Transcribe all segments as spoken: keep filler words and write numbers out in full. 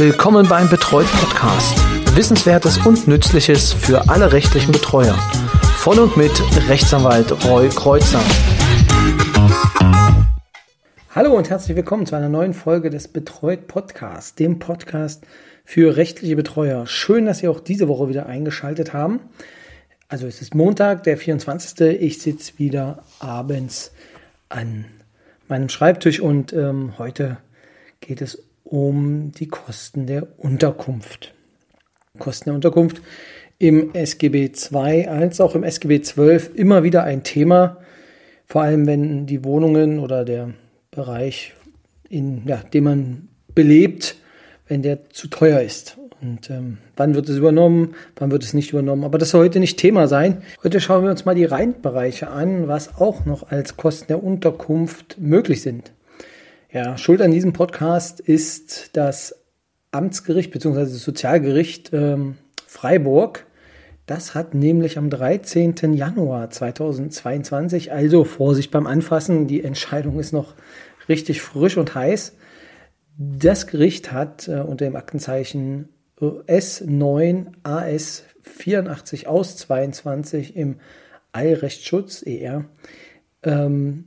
Willkommen beim Betreut Podcast. Wissenswertes und Nützliches für alle rechtlichen Betreuer. Von und mit Rechtsanwalt Roy Kreuzer. Hallo und herzlich willkommen zu einer neuen Folge des Betreut Podcasts, dem Podcast für rechtliche Betreuer. Schön, dass Sie auch diese Woche wieder eingeschaltet haben. Also es ist Montag, der vierundzwanzigste Ich sitze wieder abends an meinem Schreibtisch und ähm, heute geht es um die Kosten der Unterkunft. Kosten der Unterkunft im S G B zwei als auch im S G B zwölf immer wieder ein Thema, vor allem wenn die Wohnungen oder der Bereich, in ja, den man belebt, wenn der zu teuer ist. Und ähm, wann wird es übernommen, wann wird es nicht übernommen. Aber das soll heute nicht Thema sein. Heute schauen wir uns mal die Randbereiche an, was auch noch als Kosten der Unterkunft möglich sind. Ja, Schuld an diesem Podcast ist das Amtsgericht bzw. das Sozialgericht ähm, Freiburg. Das hat nämlich am dreizehnten Januar zweitausendzweiundzwanzig, also Vorsicht beim Anfassen, die Entscheidung ist noch richtig frisch und heiß. Das Gericht hat äh, unter dem Aktenzeichen S neun A S vierundachtzig aus zweiundzwanzig im Eilrechtsschutz E R ähm,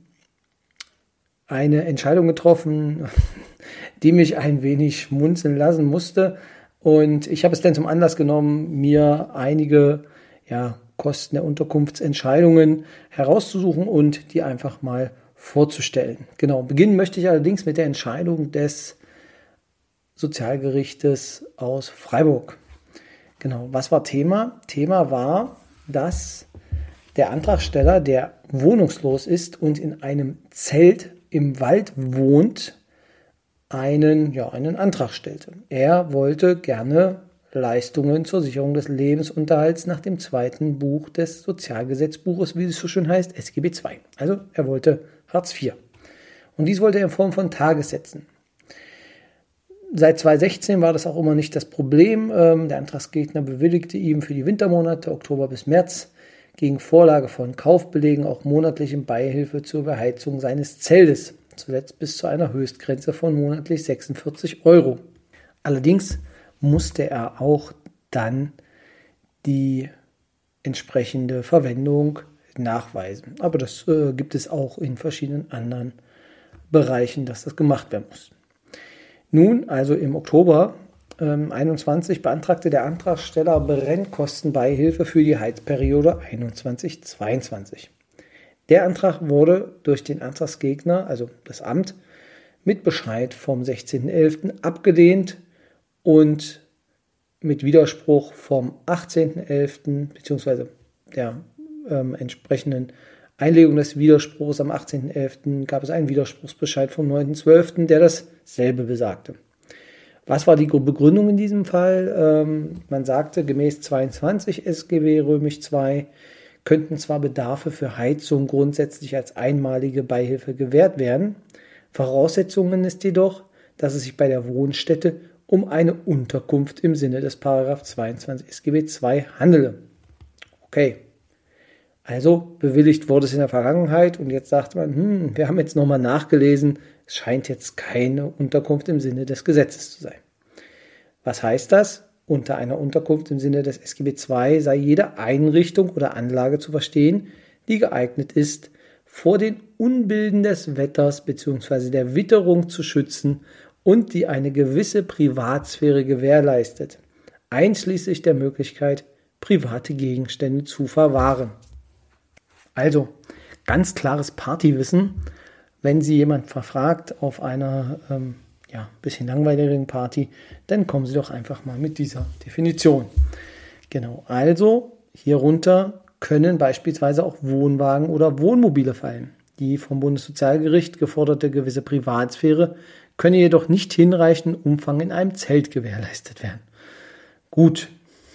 eine Entscheidung getroffen, die mich ein wenig schmunzeln lassen musste. Und ich habe es dann zum Anlass genommen, mir einige ja, Kosten der Unterkunftsentscheidungen herauszusuchen und die einfach mal vorzustellen. Genau, beginnen möchte ich allerdings mit der Entscheidung des Sozialgerichtes aus Freiburg. Genau, was war Thema? Thema war, dass der Antragsteller, der wohnungslos ist und in einem Zelt im Wald wohnt, einen, ja, einen Antrag stellte. Er wollte gerne Leistungen zur Sicherung des Lebensunterhalts nach dem zweiten Buch des Sozialgesetzbuches, wie es so schön heißt, S G B zwei. Also er wollte Hartz vier. Und dies wollte er in Form von Tagessätzen. Seit zweitausendsechzehn war das auch immer nicht das Problem. Der Antragsgegner bewilligte ihm für die Wintermonate Oktober bis März gegen Vorlage von Kaufbelegen auch monatliche Beihilfe zur Beheizung seines Zeltes, zuletzt bis zu einer Höchstgrenze von monatlich sechsundvierzig Euro. Allerdings musste er auch dann die entsprechende Verwendung nachweisen. Aber das äh, gibt es auch in verschiedenen anderen Bereichen, dass das gemacht werden muss. Nun, also im Oktober ähm, einundzwanzig beantragte der Antragsteller Brennkostenbeihilfe für die Heizperiode einundzwanzig zweiundzwanzig. Der Antrag wurde durch den Antragsgegner, also das Amt, mit Bescheid vom sechzehnten elften abgelehnt und mit Widerspruch vom achtzehnten elften bzw. der ähm, entsprechenden Einlegung des Widerspruchs am achtzehnten elften gab es einen Widerspruchsbescheid vom neunten zwölften, der dasselbe besagte. Was war die Begründung in diesem Fall? Ähm, man sagte, gemäß zweiundzwanzig S G B Römisch zwei könnten zwar Bedarfe für Heizung grundsätzlich als einmalige Beihilfe gewährt werden. Voraussetzungen ist jedoch, dass es sich bei der Wohnstätte um eine Unterkunft im Sinne des Paragraph zweiundzwanzig S G B zwei handele. Okay. Also bewilligt wurde es in der Vergangenheit und jetzt sagt man, hm, wir haben jetzt nochmal nachgelesen, es scheint jetzt keine Unterkunft im Sinne des Gesetzes zu sein. Was heißt das? Unter einer Unterkunft im Sinne des S G B zwei sei jede Einrichtung oder Anlage zu verstehen, die geeignet ist, vor den Unbilden des Wetters bzw. der Witterung zu schützen und die eine gewisse Privatsphäre gewährleistet, einschließlich der Möglichkeit, private Gegenstände zu verwahren. Also, ganz klares Partywissen, wenn Sie jemand verfragt auf einer ähm, ja, bisschen langweiligen Party, dann kommen Sie doch einfach mal mit dieser Definition. Genau, also hierunter können beispielsweise auch Wohnwagen oder Wohnmobile fallen. Die vom Bundessozialgericht geforderte gewisse Privatsphäre könne jedoch nicht hinreichenden Umfang in einem Zelt gewährleistet werden. Gut.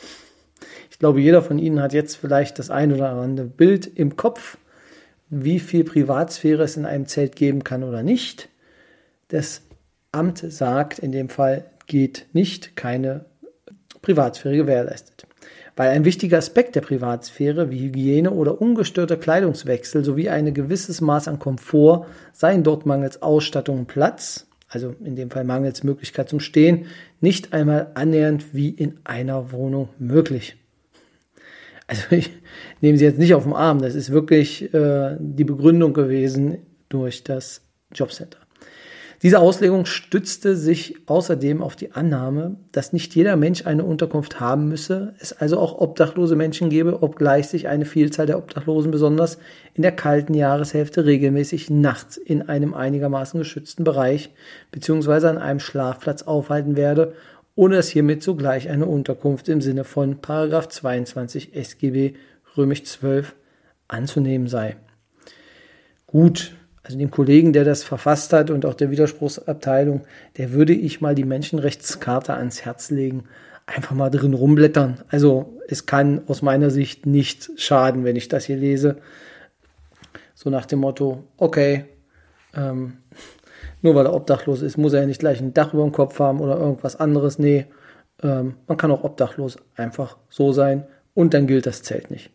Ich glaube, jeder von Ihnen hat jetzt vielleicht das ein oder andere Bild im Kopf, wie viel Privatsphäre es in einem Zelt geben kann oder nicht. Das Amt sagt, in dem Fall geht nicht, keine Privatsphäre gewährleistet. Weil ein wichtiger Aspekt der Privatsphäre wie Hygiene oder ungestörter Kleidungswechsel sowie ein gewisses Maß an Komfort seien dort mangels Ausstattung und Platz, also in dem Fall mangels Möglichkeit zum Stehen, nicht einmal annähernd wie in einer Wohnung möglich. Also ich nehme sie jetzt nicht auf den Arm, das ist wirklich äh, die Begründung gewesen durch das Jobcenter. Diese Auslegung stützte sich außerdem auf die Annahme, dass nicht jeder Mensch eine Unterkunft haben müsse, es also auch obdachlose Menschen gebe, obgleich sich eine Vielzahl der Obdachlosen besonders in der kalten Jahreshälfte regelmäßig nachts in einem einigermaßen geschützten Bereich bzw. an einem Schlafplatz aufhalten werde, ohne dass hiermit sogleich eine Unterkunft im Sinne von Paragraph zweiundzwanzig S G B römisch zwölf anzunehmen sei. Gut. Also dem Kollegen, der das verfasst hat und auch der Widerspruchsabteilung, der würde ich mal die Menschenrechtscharta ans Herz legen. Einfach mal drin rumblättern. Also es kann aus meiner Sicht nicht schaden, wenn ich das hier lese. So nach dem Motto, okay, ähm, nur weil er obdachlos ist, muss er ja nicht gleich ein Dach über dem Kopf haben oder irgendwas anderes. Nee, ähm, man kann auch obdachlos einfach so sein und dann gilt das Zelt nicht.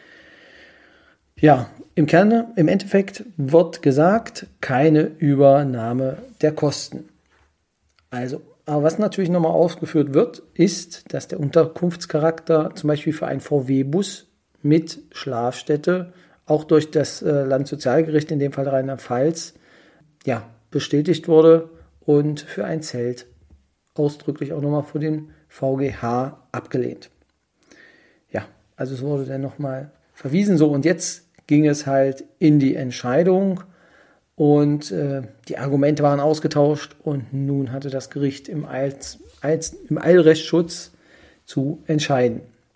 Ja, im Kern, im Endeffekt wird gesagt, keine Übernahme der Kosten. Also, aber was natürlich nochmal ausgeführt wird, ist, dass der Unterkunftscharakter zum Beispiel für einen V W-Bus mit Schlafstätte auch durch das äh, Landessozialgericht, in dem Fall Rheinland-Pfalz, ja, bestätigt wurde und für ein Zelt ausdrücklich auch nochmal von den V G H abgelehnt. Ja, also es wurde dann nochmal verwiesen. So, und jetzt ging es halt in die Entscheidung und äh, die Argumente waren ausgetauscht und nun hatte das Gericht im, Eils, Eils, im Eilrechtsschutz zu entscheiden.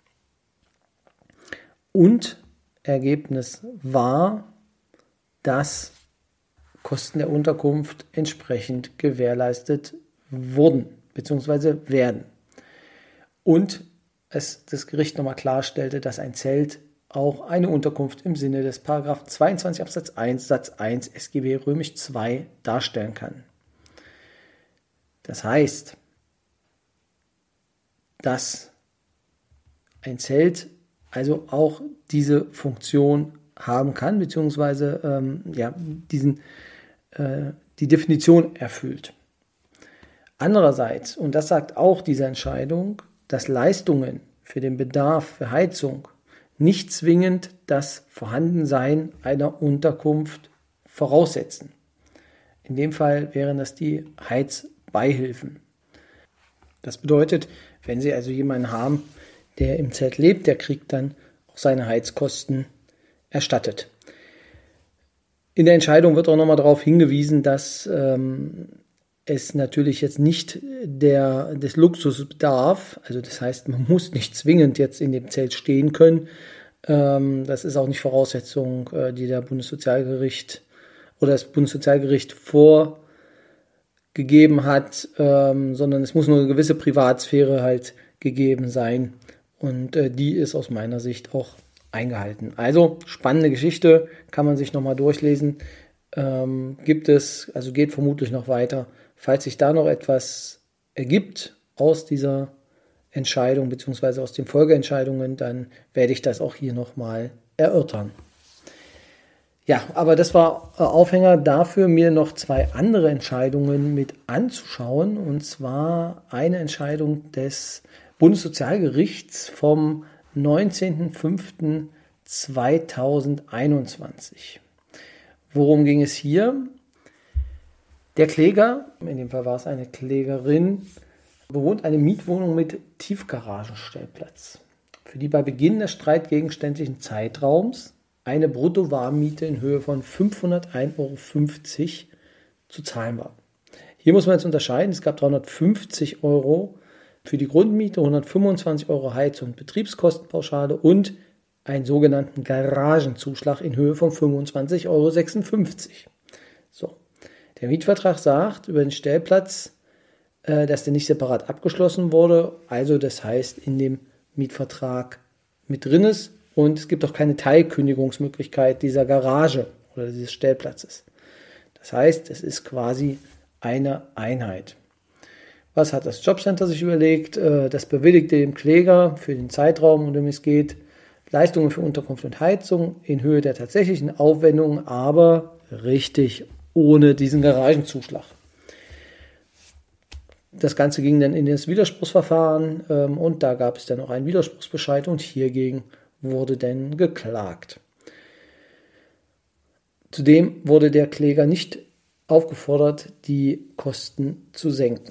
Und Ergebnis war, dass Kosten der Unterkunft entsprechend gewährleistet wurden bzw. werden. Und es das Gericht nochmal klarstellte, dass ein Zelt auch eine Unterkunft im Sinne des Paragraph zweiundzwanzig Absatz eins Satz eins S G B römisch zwei darstellen kann. Das heißt, dass ein Zelt also auch diese Funktion haben kann, beziehungsweise ähm, ja, diesen, äh, die Definition erfüllt. Andererseits, und das sagt auch diese Entscheidung, dass Leistungen für den Bedarf für Heizung nicht zwingend das Vorhandensein einer Unterkunft voraussetzen. In dem Fall wären das die Heizbeihilfen. Das bedeutet, wenn Sie also jemanden haben, der im Zelt lebt, der kriegt dann auch seine Heizkosten erstattet. In der Entscheidung wird auch nochmal darauf hingewiesen, dass ähm, es natürlich jetzt nicht der, des Luxus bedarf, also das heißt, man muss nicht zwingend jetzt in dem Zelt stehen können. Ähm, das ist auch nicht Voraussetzung, äh, die der Bundessozialgericht oder das Bundessozialgericht vorgegeben hat, ähm, sondern es muss nur eine gewisse Privatsphäre halt gegeben sein und äh, die ist aus meiner Sicht auch eingehalten. Also spannende Geschichte, kann man sich nochmal durchlesen. Ähm, gibt es, also geht vermutlich noch weiter. Falls sich da noch etwas ergibt aus dieser Entscheidung bzw. aus den Folgeentscheidungen, dann werde ich das auch hier nochmal erörtern. Ja, aber das war Aufhänger dafür, mir noch zwei andere Entscheidungen mit anzuschauen. Und zwar eine Entscheidung des Bundessozialgerichts vom neunzehnten fünften zweitausendeinundzwanzig. Worum ging es hier? Der Kläger, in dem Fall war es eine Klägerin, bewohnt eine Mietwohnung mit Tiefgaragenstellplatz, für die bei Beginn des streitgegenständlichen Zeitraums eine Bruttowarmmiete in Höhe von fünfhundertein Euro fünfzig zu zahlen war. Hier muss man jetzt unterscheiden, es gab dreihundertfünfzig Euro für die Grundmiete, hundertfünfundzwanzig Euro Heiz- und Betriebskostenpauschale und einen sogenannten Garagenzuschlag in Höhe von fünfundzwanzig Euro sechsundfünfzig. So. Der Mietvertrag sagt über den Stellplatz, äh, dass der nicht separat abgeschlossen wurde, also das heißt in dem Mietvertrag mit drin ist und es gibt auch keine Teilkündigungsmöglichkeit dieser Garage oder dieses Stellplatzes. Das heißt, es ist quasi eine Einheit. Was hat das Jobcenter sich überlegt? Äh, das bewilligte dem Kläger für den Zeitraum, um den es geht, Leistungen für Unterkunft und Heizung in Höhe der tatsächlichen Aufwendungen, aber richtig ohne diesen Garagenzuschlag. das Ganze ging dann in das Widerspruchsverfahren ähm, und da gab es dann auch einen Widerspruchsbescheid und hiergegen wurde dann geklagt. Zudem wurde der Kläger nicht aufgefordert, die Kosten zu senken.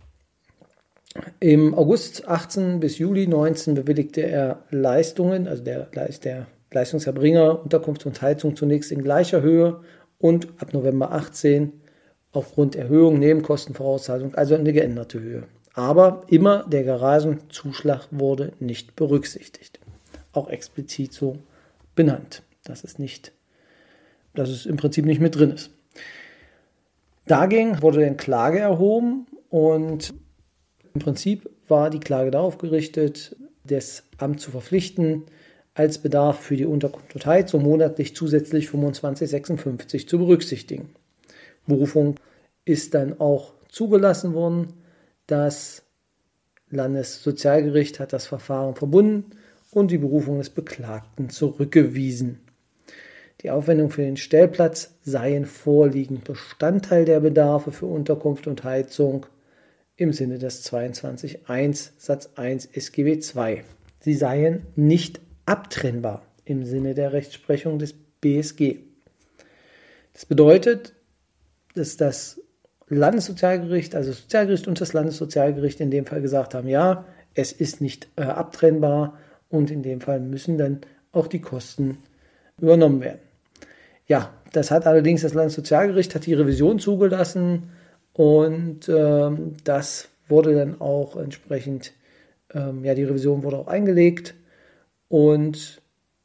Im August achtzehn bis Juli neunzehn bewilligte er Leistungen, also der, der Leistungserbringer, Unterkunft und Heizung zunächst in gleicher Höhe und ab November achtzehn aufgrund Erhöhung, Nebenkostenvorauszahlung, also eine geänderte Höhe. Aber immer der Garagenzuschlag wurde nicht berücksichtigt. Auch explizit so benannt, dass es nicht, dass es im Prinzip nicht mit drin ist. Dagegen wurde dann Klage erhoben und im Prinzip war die Klage darauf gerichtet, das Amt zu verpflichten, als Bedarf für die Unterkunft und Heizung monatlich zusätzlich fünfundzwanzig Komma sechsundfünfzig zu berücksichtigen. Berufung ist dann auch zugelassen worden. Das Landessozialgericht hat das Verfahren verbunden und die Berufung des Beklagten zurückgewiesen. Die Aufwendungen für den Stellplatz seien vorliegend Bestandteil der Bedarfe für Unterkunft und Heizung im Sinne des zweiundzwanzig Absatz eins Satz eins S G B zwei. Sie seien nicht abtrennbar im Sinne der Rechtsprechung des B S G. Das bedeutet, dass das Landessozialgericht, also das Sozialgericht und das Landessozialgericht in dem Fall gesagt haben, ja, es ist nicht äh, abtrennbar und in dem Fall müssen dann auch die Kosten übernommen werden. Ja, das hat allerdings das Landessozialgericht hat die Revision zugelassen und ähm, das wurde dann auch entsprechend, ähm, ja, die Revision wurde auch eingelegt und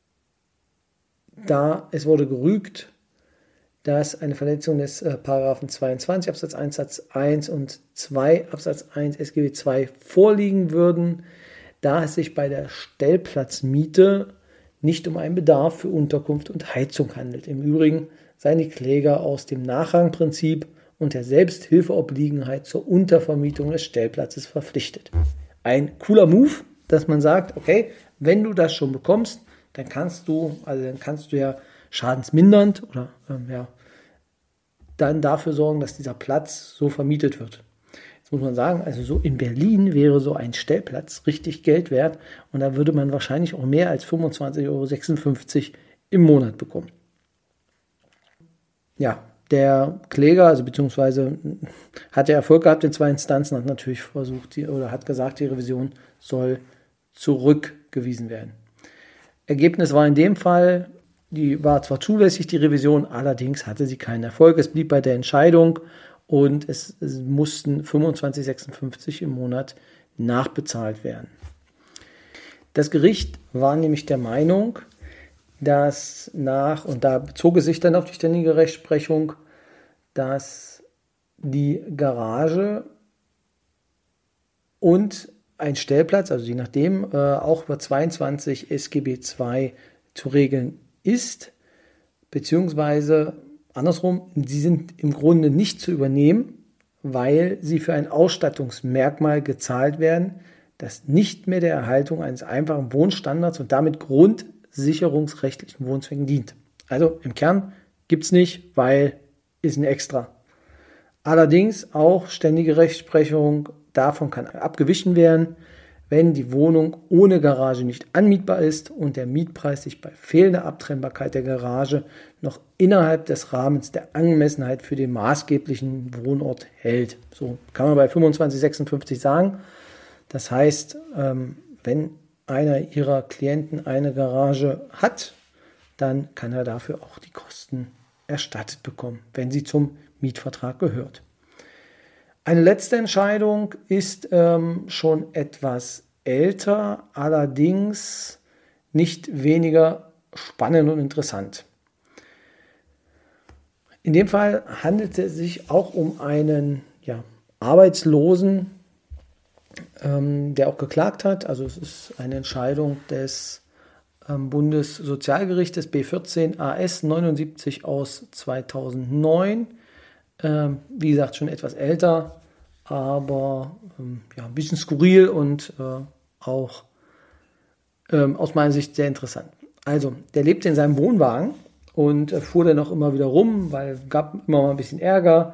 da es wurde gerügt, dass eine Verletzung des äh, Paragraphen zweiundzwanzig Absatz eins Satz eins und zwei Absatz eins S G B zwei vorliegen würden, da es sich bei der Stellplatzmiete nicht um einen Bedarf für Unterkunft und Heizung handelt. Im Übrigen seien die Kläger aus dem Nachrangprinzip und der Selbsthilfeobliegenheit zur Untervermietung des Stellplatzes verpflichtet. Ein cooler Move, dass man sagt, okay, wenn du das schon bekommst, dann kannst du, also dann kannst du ja schadensmindernd oder ähm, ja, dann dafür sorgen, dass dieser Platz so vermietet wird. Jetzt muss man sagen, also so in Berlin wäre so ein Stellplatz richtig Geld wert und da würde man wahrscheinlich auch mehr als fünfundzwanzig Komma sechsundfünfzig Euro im Monat bekommen. Ja, der Kläger, also beziehungsweise hat er Erfolg gehabt in zwei Instanzen, hat natürlich versucht, die, oder hat gesagt, die Revision soll zurückgewiesen werden. Ergebnis war in dem Fall, die war zwar zulässig, die Revision, allerdings hatte sie keinen Erfolg. Es blieb bei der Entscheidung und es, es mussten fünfundzwanzig Komma sechsundfünfzig im Monat nachbezahlt werden. Das Gericht war nämlich der Meinung, dass nach, und da bezog es sich dann auf die ständige Rechtsprechung, dass die Garage und ein Stellplatz, also je nachdem, äh, auch über zweiundzwanzig S G B zwei zu regeln ist, beziehungsweise andersrum, sie sind im Grunde nicht zu übernehmen, weil sie für ein Ausstattungsmerkmal gezahlt werden, das nicht mehr der Erhaltung eines einfachen Wohnstandards und damit grundsicherungsrechtlichen Wohnzwecken dient. Also im Kern gibt es nicht, weil ist ein Extra. Allerdings auch ständige Rechtsprechung, davon kann abgewichen werden, wenn die Wohnung ohne Garage nicht anmietbar ist und der Mietpreis sich bei fehlender Abtrennbarkeit der Garage noch innerhalb des Rahmens der Angemessenheit für den maßgeblichen Wohnort hält. So kann man bei fünfundzwanzig Komma sechsundfünfzig sagen. Das heißt, wenn einer Ihrer Klienten eine Garage hat, dann kann er dafür auch die Kosten erstattet bekommen, wenn sie zum Mietvertrag gehört. Eine letzte Entscheidung ist ähm, schon etwas älter, allerdings nicht weniger spannend und interessant. In dem Fall handelt es sich auch um einen ja, Arbeitslosen, ähm, der auch geklagt hat. Also es ist eine Entscheidung des ähm, Bundessozialgerichtes B vierzehn A S neunundsiebzig aus zweitausendneun. Ähm, wie gesagt, schon etwas älter, aber ähm, ja, ein bisschen skurril und äh, auch ähm, aus meiner Sicht sehr interessant. Also, der lebte in seinem Wohnwagen und äh, fuhr dann auch immer wieder rum, weil es gab immer mal ein bisschen Ärger,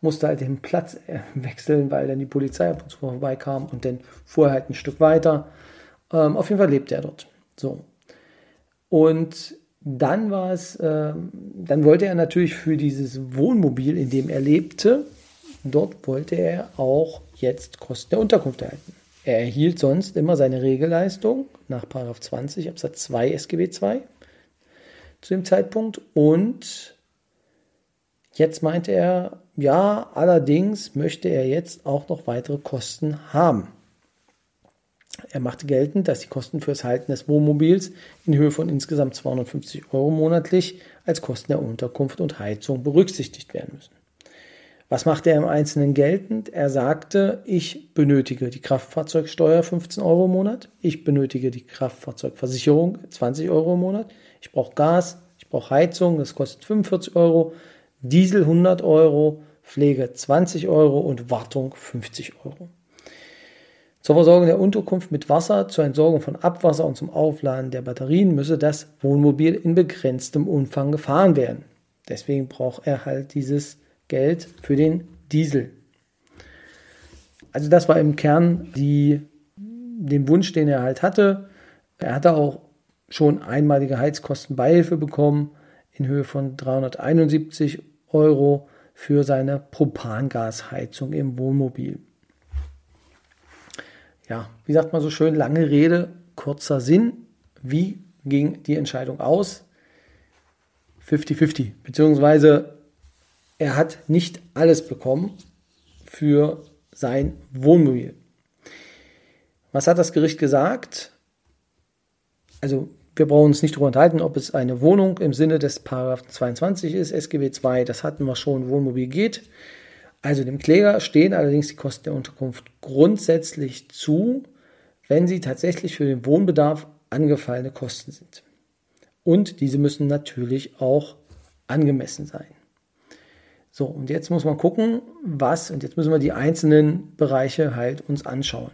musste halt den Platz wechseln, weil dann die Polizei ab und zu vorbeikam und dann fuhr er halt ein Stück weiter. Ähm, auf jeden Fall lebte er dort. So. Und dann war es, ähm, dann wollte er natürlich für dieses Wohnmobil, in dem er lebte, dort wollte er auch jetzt Kosten der Unterkunft erhalten. Er erhielt sonst immer seine Regelleistung nach Paragraph zwanzig Absatz zwei S G B zwei zu dem Zeitpunkt. Und jetzt meinte er, ja, allerdings möchte er jetzt auch noch weitere Kosten haben. Er machte geltend, dass die Kosten für das Halten des Wohnmobils in Höhe von insgesamt zweihundertfünfzig Euro monatlich als Kosten der Unterkunft und Heizung berücksichtigt werden müssen. Was machte er im Einzelnen geltend? Er sagte, ich benötige die Kraftfahrzeugsteuer fünfzehn Euro im Monat, ich benötige die Kraftfahrzeugversicherung zwanzig Euro im Monat, ich brauche Gas, ich brauche Heizung, das kostet fünfundvierzig Euro, Diesel hundert Euro, Pflege zwanzig Euro und Wartung fünfzig Euro. Zur Versorgung der Unterkunft mit Wasser, zur Entsorgung von Abwasser und zum Aufladen der Batterien müsse das Wohnmobil in begrenztem Umfang gefahren werden. Deswegen braucht er halt dieses Geld für den Diesel. Also das war im Kern die, den Wunsch, den er halt hatte. Er hatte auch schon einmalige Heizkostenbeihilfe bekommen in Höhe von dreihunderteinundsiebzig Euro für seine Propangasheizung im Wohnmobil. Ja, wie sagt man so schön, lange Rede, kurzer Sinn. Wie ging die Entscheidung aus? fünfzig fünfzig, beziehungsweise er hat nicht alles bekommen für sein Wohnmobil. Was hat das Gericht gesagt? Also wir brauchen uns nicht darüber unterhalten, ob es eine Wohnung im Sinne des Paragraph zweiundzwanzig ist, S G B zwei, das hatten wir schon, Wohnmobil geht. Also dem Kläger stehen allerdings die Kosten der Unterkunft grundsätzlich zu, wenn sie tatsächlich für den Wohnbedarf angefallene Kosten sind. Und diese müssen natürlich auch angemessen sein. So, und jetzt muss man gucken, was, und jetzt müssen wir die einzelnen Bereiche halt uns anschauen.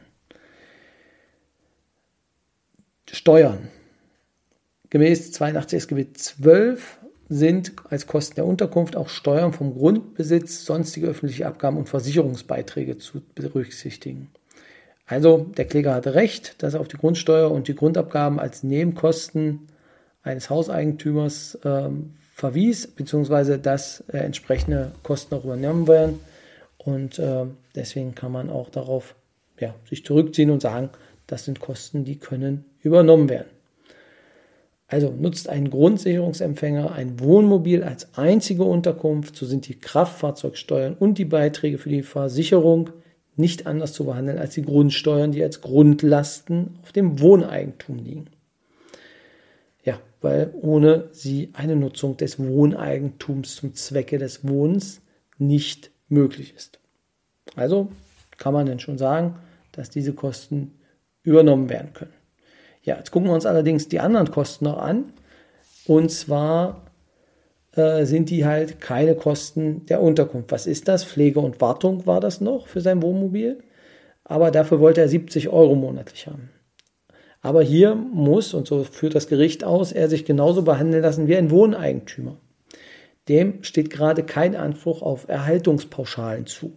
Steuern. Gemäß zweiundachtzig S G B zwölf sind als Kosten der Unterkunft auch Steuern vom Grundbesitz, sonstige öffentliche Abgaben und Versicherungsbeiträge zu berücksichtigen. Also der Kläger hatte recht, dass er auf die Grundsteuer und die Grundabgaben als Nebenkosten eines Hauseigentümers ähm, verwies, beziehungsweise dass äh, entsprechende Kosten auch übernommen werden. Und äh, deswegen kann man auch darauf ja, sich zurückziehen und sagen, das sind Kosten, die können übernommen werden. Also nutzt ein Grundsicherungsempfänger ein Wohnmobil als einzige Unterkunft, so sind die Kraftfahrzeugsteuern und die Beiträge für die Versicherung nicht anders zu behandeln als die Grundsteuern, die als Grundlasten auf dem Wohneigentum liegen. Ja, weil ohne sie eine Nutzung des Wohneigentums zum Zwecke des Wohnens nicht möglich ist. Also kann man denn schon sagen, dass diese Kosten übernommen werden können. Ja, jetzt gucken wir uns allerdings die anderen Kosten noch an. Und zwar äh, sind die halt keine Kosten der Unterkunft. Was ist das? Pflege und Wartung war das noch für sein Wohnmobil. Aber dafür wollte er siebzig Euro monatlich haben. Aber hier muss, und so führt das Gericht aus, er sich genauso behandeln lassen wie ein Wohneigentümer. Dem steht gerade kein Anspruch auf Erhaltungspauschalen zu.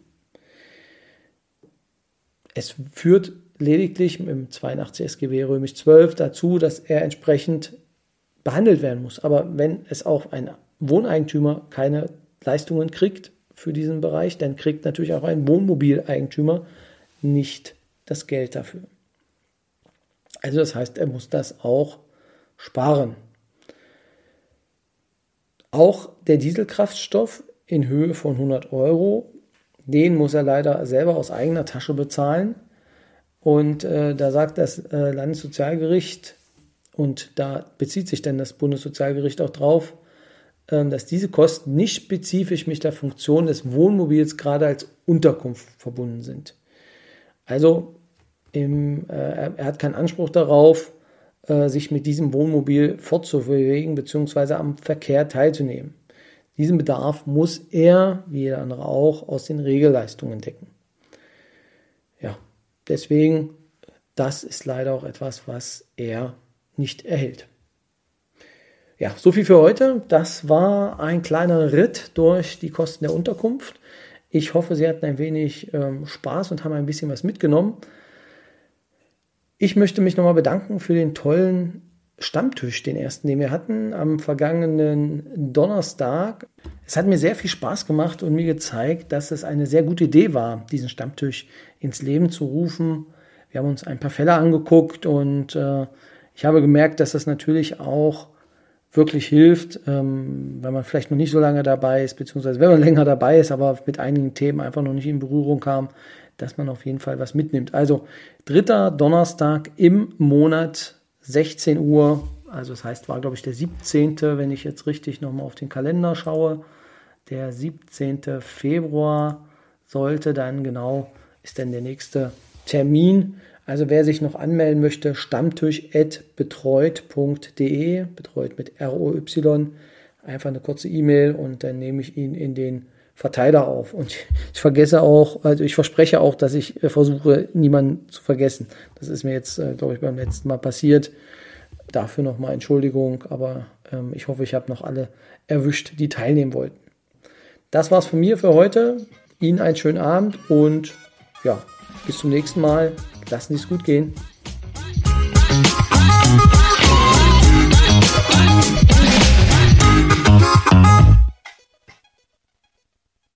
Es führt lediglich im zweiundachtzig S G B römisch zwölf dazu, dass er entsprechend behandelt werden muss. Aber wenn es auch ein Wohneigentümer keine Leistungen kriegt für diesen Bereich, dann kriegt natürlich auch ein Wohnmobileigentümer nicht das Geld dafür. Also das heißt, er muss das auch sparen. Auch der Dieselkraftstoff in Höhe von hundert Euro, den muss er leider selber aus eigener Tasche bezahlen. Und äh, da sagt das äh, Landessozialgericht, und da bezieht sich dann das Bundessozialgericht auch drauf, äh, dass diese Kosten nicht spezifisch mit der Funktion des Wohnmobils gerade als Unterkunft verbunden sind. Also im, äh, er hat keinen Anspruch darauf, äh, sich mit diesem Wohnmobil fortzubewegen bzw. am Verkehr teilzunehmen. Diesen Bedarf muss er, wie jeder andere auch, aus den Regelleistungen decken. Ja. Deswegen, das ist leider auch etwas, was er nicht erhält. Ja, so viel für heute. Das war ein kleiner Ritt durch die Kosten der Unterkunft. Ich hoffe, Sie hatten ein wenig ähm, Spaß und haben ein bisschen was mitgenommen. Ich möchte mich nochmal bedanken für den tollen Stammtisch, den ersten, den wir hatten am vergangenen Donnerstag. Es hat mir sehr viel Spaß gemacht und mir gezeigt, dass es eine sehr gute Idee war, diesen Stammtisch ins Leben zu rufen. Wir haben uns ein paar Fälle angeguckt und äh, ich habe gemerkt, dass das natürlich auch wirklich hilft, ähm, wenn man vielleicht noch nicht so lange dabei ist, beziehungsweise wenn man länger dabei ist, aber mit einigen Themen einfach noch nicht in Berührung kam, dass man auf jeden Fall was mitnimmt. Also dritter Donnerstag im Monat, sechzehn Uhr, also das heißt, war glaube ich der siebzehnte, wenn ich jetzt richtig nochmal auf den Kalender schaue, der siebzehnte Februar sollte dann genau, ist dann der nächste Termin. Also wer sich noch anmelden möchte, stammtisch at betreut punkt de, betreut mit R O Y, einfach eine kurze E-Mail und dann nehme ich ihn in den Verteiler auf. Und ich, ich vergesse auch, also ich verspreche auch, dass ich äh, versuche, niemanden zu vergessen. Das ist mir jetzt, äh, glaube ich, beim letzten Mal passiert. Dafür nochmal Entschuldigung, aber ähm, ich hoffe, ich habe noch alle erwischt, die teilnehmen wollten. Das war's von mir für heute. Ihnen einen schönen Abend und ja, bis zum nächsten Mal. Lassen Sie es gut gehen.